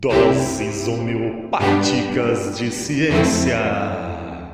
Doses homeopáticas de ciência.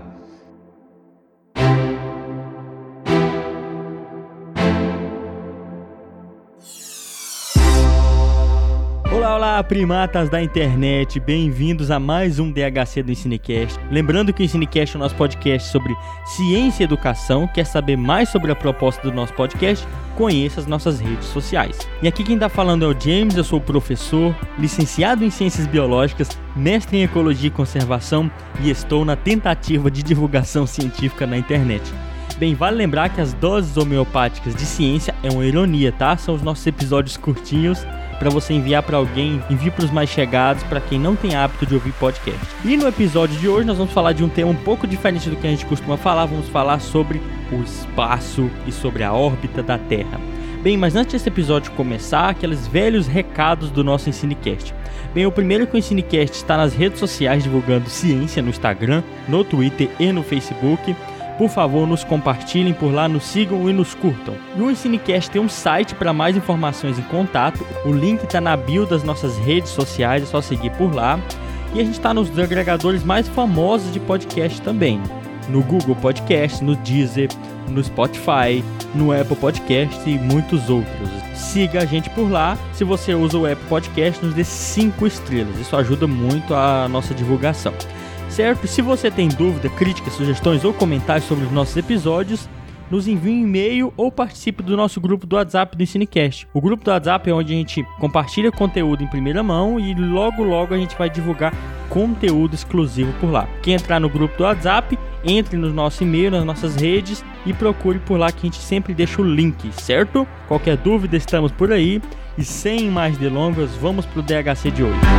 Olá, primatas da internet, bem-vindos a mais um DHC do Ensinecast. Lembrando que o Ensinecast é o nosso podcast sobre ciência e educação. Quer saber mais sobre a proposta do nosso podcast? Conheça as nossas redes sociais. E aqui quem tá falando é o James, eu sou professor, licenciado em Ciências Biológicas, mestre em Ecologia e Conservação e estou na tentativa de divulgação científica na internet. Bem, vale lembrar que as doses homeopáticas de ciência é uma ironia, tá? São os nossos episódios curtinhos para você enviar para alguém, envie para os mais chegados, para quem não tem hábito de ouvir podcast. E no episódio de hoje nós vamos falar de um tema um pouco diferente do que a gente costuma falar, vamos falar sobre o espaço e sobre a órbita da Terra. Bem, mas antes desse episódio começar, aqueles velhos recados do nosso Ensinecast. Bem, o primeiro é que o Ensinecast está nas redes sociais divulgando ciência no Instagram, no Twitter e no Facebook. Por favor, nos compartilhem por lá, nos sigam e nos curtam. E o Ensinecast tem um site para mais informações e contato. O link está na bio das nossas redes sociais, é só seguir por lá. E a gente está nos agregadores mais famosos de podcast também. No Google Podcast, no Deezer, no Spotify, no Apple Podcast e muitos outros. Siga a gente por lá. Se você usa o Apple Podcast, nos dê 5 estrelas. Isso ajuda muito a nossa divulgação. Certo? Se você tem dúvida, críticas, sugestões ou comentários sobre os nossos episódios, nos envie um e-mail ou participe do nosso grupo do WhatsApp do Ensinecast. O grupo do WhatsApp é onde a gente compartilha conteúdo em primeira mão e logo a gente vai divulgar conteúdo exclusivo por lá. Quem entrar no grupo do WhatsApp, entre no nosso e-mail, nas nossas redes e procure por lá que a gente sempre deixa o link, certo? Qualquer dúvida, estamos por aí. E sem mais delongas, vamos pro DHC de hoje.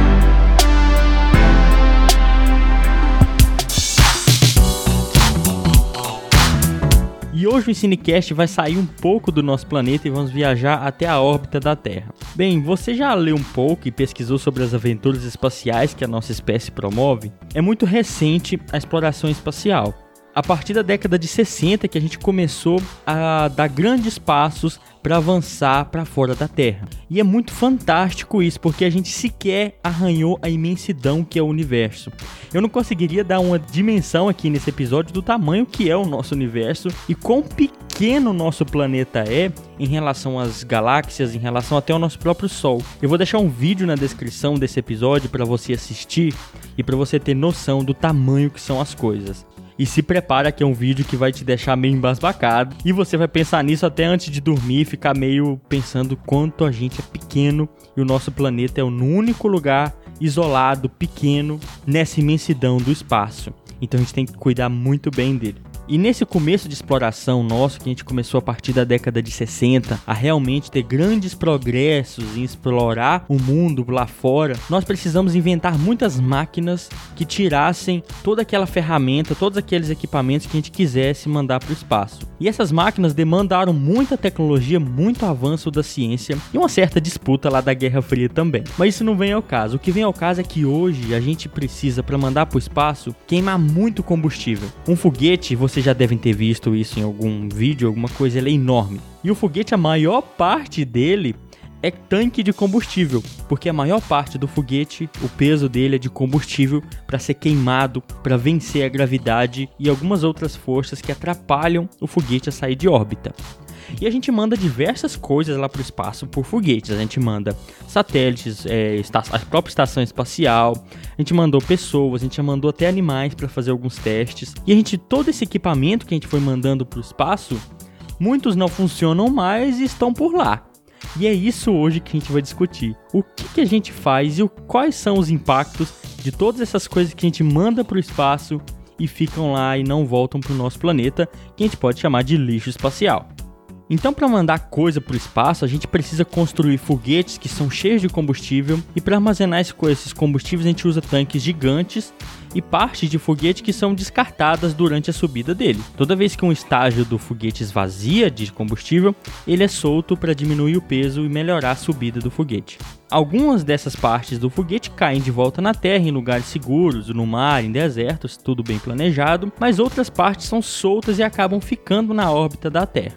E hoje o Ensinecast vai sair um pouco do nosso planeta e vamos viajar até a órbita da Terra. Bem, você já leu um pouco e pesquisou sobre as aventuras espaciais que a nossa espécie promove? É muito recente a exploração espacial. A partir da década de 60 que a gente começou a dar grandes passos para avançar para fora da Terra. E é muito fantástico isso, porque a gente sequer arranhou a imensidão que é o universo. Eu não conseguiria dar uma dimensão aqui nesse episódio do tamanho que é o nosso universo e quão pequeno o nosso planeta é em relação às galáxias, em relação até ao nosso próprio Sol. Eu vou deixar um vídeo na descrição desse episódio para você assistir e para você ter noção do tamanho que são as coisas. E se prepara que é um vídeo que vai te deixar meio embasbacado. E você vai pensar nisso até antes de dormir, ficar meio pensando quanto a gente é pequeno. E o nosso planeta é o único lugar isolado, pequeno, nessa imensidão do espaço. Então a gente tem que cuidar muito bem dele. E nesse começo de exploração nosso, que a gente começou a partir da década de 60, a realmente ter grandes progressos em explorar o mundo lá fora, nós precisamos inventar muitas máquinas que tirassem toda aquela ferramenta, todos aqueles equipamentos que a gente quisesse mandar para o espaço. E essas máquinas demandaram muita tecnologia, muito avanço da ciência e uma certa disputa lá da Guerra Fria também. Mas isso não vem ao caso. O que vem ao caso é que hoje a gente precisa, para mandar para o espaço, queimar muito combustível. Um foguete, vocês já devem ter visto isso em algum vídeo, alguma coisa, ele é enorme. E o foguete, a maior parte dele é tanque de combustível, porque a maior parte do foguete, o peso dele é de combustível para ser queimado, para vencer a gravidade e algumas outras forças que atrapalham o foguete a sair de órbita. E a gente manda diversas coisas lá para o espaço por foguetes. A gente manda satélites, a própria estação espacial, a gente mandou pessoas, a gente já mandou até animais para fazer alguns testes. E todo esse equipamento que a gente foi mandando para o espaço, muitos não funcionam mais e estão por lá. E é isso hoje que a gente vai discutir. O que a gente faz e quais são os impactos de todas essas coisas que a gente manda para o espaço e ficam lá e não voltam para o nosso planeta, que a gente pode chamar de lixo espacial. Então, para mandar coisa para o espaço, a gente precisa construir foguetes que são cheios de combustível e para armazenar esses combustíveis a gente usa tanques gigantes e partes de foguete que são descartadas durante a subida dele. Toda vez que um estágio do foguete esvazia de combustível, ele é solto para diminuir o peso e melhorar a subida do foguete. Algumas dessas partes do foguete caem de volta na Terra em lugares seguros, no mar, em desertos, tudo bem planejado, mas outras partes são soltas e acabam ficando na órbita da Terra.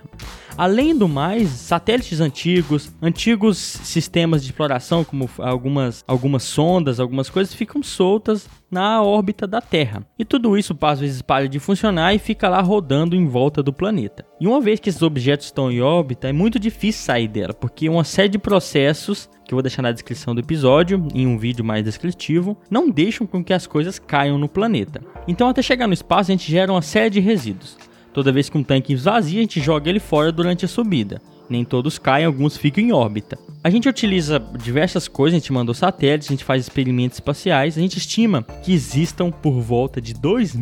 Além do mais, satélites antigos sistemas de exploração, como algumas sondas, algumas coisas, ficam soltas na órbita da Terra. E tudo isso, às vezes, para de funcionar e fica lá rodando em volta do planeta. E uma vez que esses objetos estão em órbita, é muito difícil sair dela, porque uma série de processos, que eu vou deixar na descrição do episódio, em um vídeo mais descritivo, não deixam com que as coisas caiam no planeta. Então, até chegar no espaço, a gente gera uma série de resíduos. Toda vez que um tanque esvazia, a gente joga ele fora durante a subida. Nem todos caem, alguns ficam em órbita. A gente utiliza diversas coisas, a gente mandou satélites, a gente faz experimentos espaciais. A gente estima que existam por volta de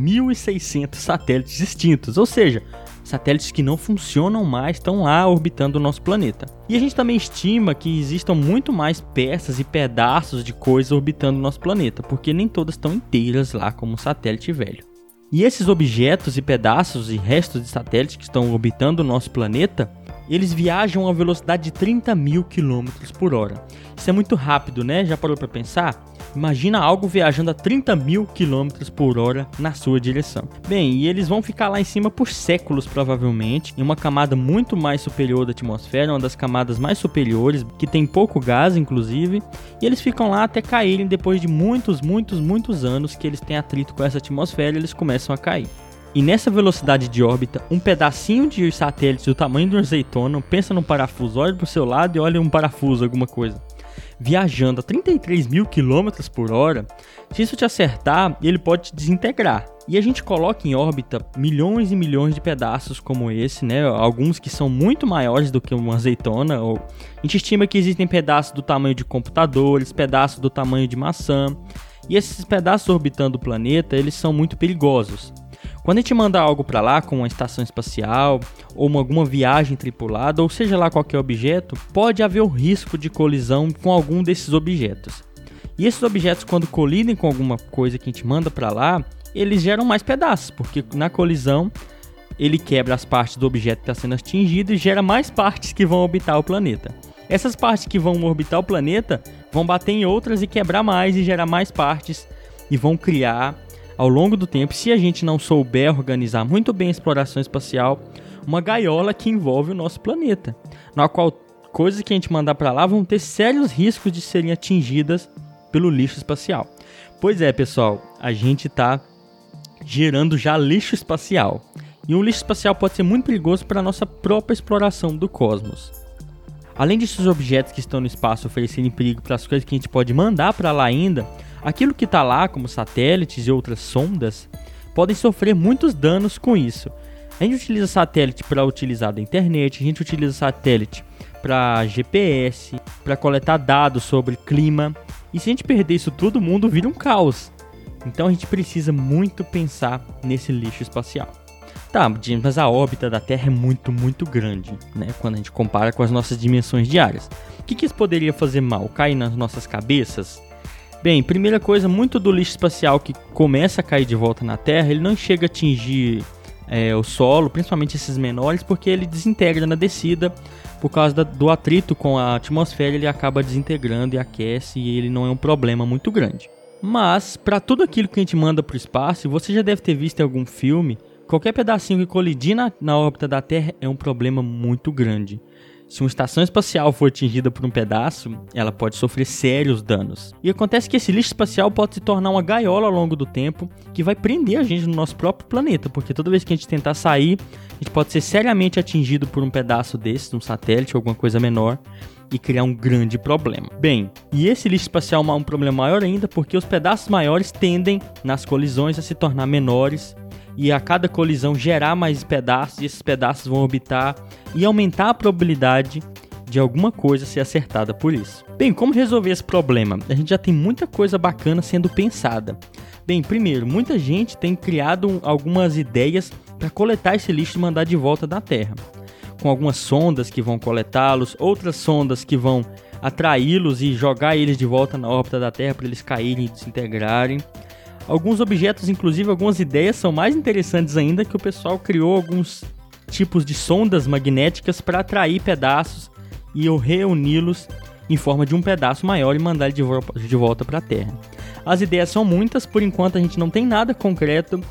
2.600 satélites extintos, ou seja, satélites que não funcionam mais, estão lá orbitando o nosso planeta. E a gente também estima que existam muito mais peças e pedaços de coisas orbitando o nosso planeta, porque nem todas estão inteiras lá como um satélite velho. E esses objetos e pedaços e restos de satélites que estão orbitando o nosso planeta, eles viajam a uma velocidade de 30.000 km por hora. Isso é muito rápido, né? Já parou para pensar? Imagina algo viajando a 30.000 km por hora na sua direção. Bem, e eles vão ficar lá em cima por séculos, provavelmente, em uma camada muito mais superior da atmosfera, uma das camadas mais superiores, que tem pouco gás, inclusive, e eles ficam lá até caírem depois de muitos anos que eles têm atrito com essa atmosfera, eles começam a cair. E nessa velocidade de órbita, um pedacinho de satélite do tamanho de uma azeitona, pensa num parafuso, olha pro seu lado e olha um parafuso, alguma coisa, viajando a 33.000 km por hora, se isso te acertar, ele pode te desintegrar. E a gente coloca em órbita milhões e milhões de pedaços como esse, né? Alguns que são muito maiores do que uma azeitona. A gente estima que existem pedaços do tamanho de computadores, pedaços do tamanho de maçã. E esses pedaços orbitando o planeta, eles são muito perigosos. Quando a gente manda algo para lá, como uma estação espacial, ou alguma viagem tripulada, ou seja lá qualquer objeto, pode haver o risco de colisão com algum desses objetos. E esses objetos, quando colidem com alguma coisa que a gente manda para lá, eles geram mais pedaços, porque na colisão ele quebra as partes do objeto que está sendo atingido e gera mais partes que vão orbitar o planeta. Essas partes que vão orbitar o planeta vão bater em outras e quebrar mais e gerar mais partes e vão criar, ao longo do tempo, se a gente não souber organizar muito bem a exploração espacial, uma gaiola que envolve o nosso planeta, na qual coisas que a gente mandar para lá vão ter sérios riscos de serem atingidas pelo lixo espacial. Pois é, pessoal, a gente está gerando já lixo espacial. E o lixo espacial pode ser muito perigoso para a nossa própria exploração do cosmos. Além desses objetos que estão no espaço oferecerem perigo para as coisas que a gente pode mandar para lá ainda, aquilo que está lá, como satélites e outras sondas, podem sofrer muitos danos com isso. A gente utiliza satélite para utilizar da internet, a gente utiliza satélite para GPS, para coletar dados sobre clima. E se a gente perder isso tudo, o mundo vira um caos. Então a gente precisa muito pensar nesse lixo espacial. Tá, mas a órbita da Terra é muito grande, né? Quando a gente compara com as nossas dimensões diárias. O que isso poderia fazer mal? Cair nas nossas cabeças? Bem, primeira coisa, muito do lixo espacial que começa a cair de volta na Terra, ele não chega a atingir o solo, principalmente esses menores, porque ele desintegra na descida. Por causa do atrito com a atmosfera, ele acaba desintegrando e aquece, e ele não é um problema muito grande. Mas, para tudo aquilo que a gente manda para o espaço, você já deve ter visto em algum filme, qualquer pedacinho que colidir na órbita da Terra é um problema muito grande. Se uma estação espacial for atingida por um pedaço, ela pode sofrer sérios danos. E acontece que esse lixo espacial pode se tornar uma gaiola ao longo do tempo, que vai prender a gente no nosso próprio planeta, porque toda vez que a gente tentar sair, a gente pode ser seriamente atingido por um pedaço desse, um satélite ou alguma coisa menor, e criar um grande problema. Bem, e esse lixo espacial é um problema maior ainda, porque os pedaços maiores tendem, nas colisões, a se tornar menores, e a cada colisão gerar mais pedaços, e esses pedaços vão orbitar e aumentar a probabilidade de alguma coisa ser acertada por isso. Bem, como resolver esse problema? A gente já tem muita coisa bacana sendo pensada. Bem, primeiro, muita gente tem criado algumas ideias para coletar esse lixo e mandar de volta da Terra. Com algumas sondas que vão coletá-los, outras sondas que vão atraí-los e jogar eles de volta na órbita da Terra para eles caírem e desintegrarem. Alguns objetos, inclusive algumas ideias, são mais interessantes ainda, que o pessoal criou alguns tipos de sondas magnéticas para atrair pedaços e reuni-los em forma de um pedaço maior e mandar ele de volta para a Terra. As ideias são muitas, por enquanto a gente não tem nada concreto.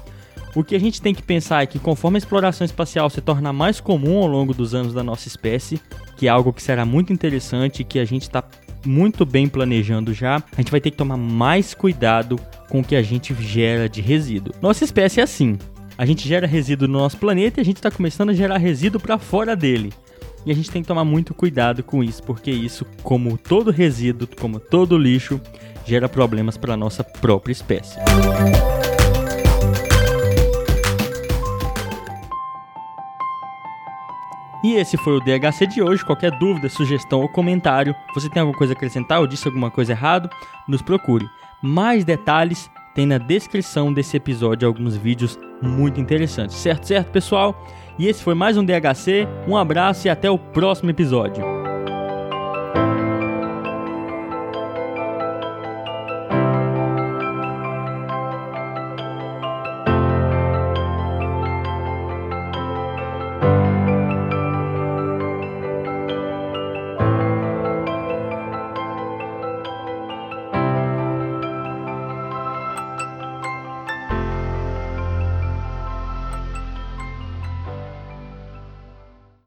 O que a gente tem que pensar é que conforme a exploração espacial se tornar mais comum ao longo dos anos da nossa espécie, que é algo que será muito interessante e que a gente está muito bem planejando já, a gente vai ter que tomar mais cuidado com o que a gente gera de resíduo. Nossa espécie é assim, a gente gera resíduo no nosso planeta e a gente está começando a gerar resíduo para fora dele. E a gente tem que tomar muito cuidado com isso, porque isso, como todo resíduo, como todo lixo, gera problemas para a nossa própria espécie. E esse foi o DHC de hoje. Qualquer dúvida, sugestão ou comentário, você tem alguma coisa a acrescentar ou disse alguma coisa errada, nos procure. Mais detalhes tem na descrição desse episódio alguns vídeos muito interessantes. Certo, pessoal? E esse foi mais um DHC. Um abraço e até o próximo episódio.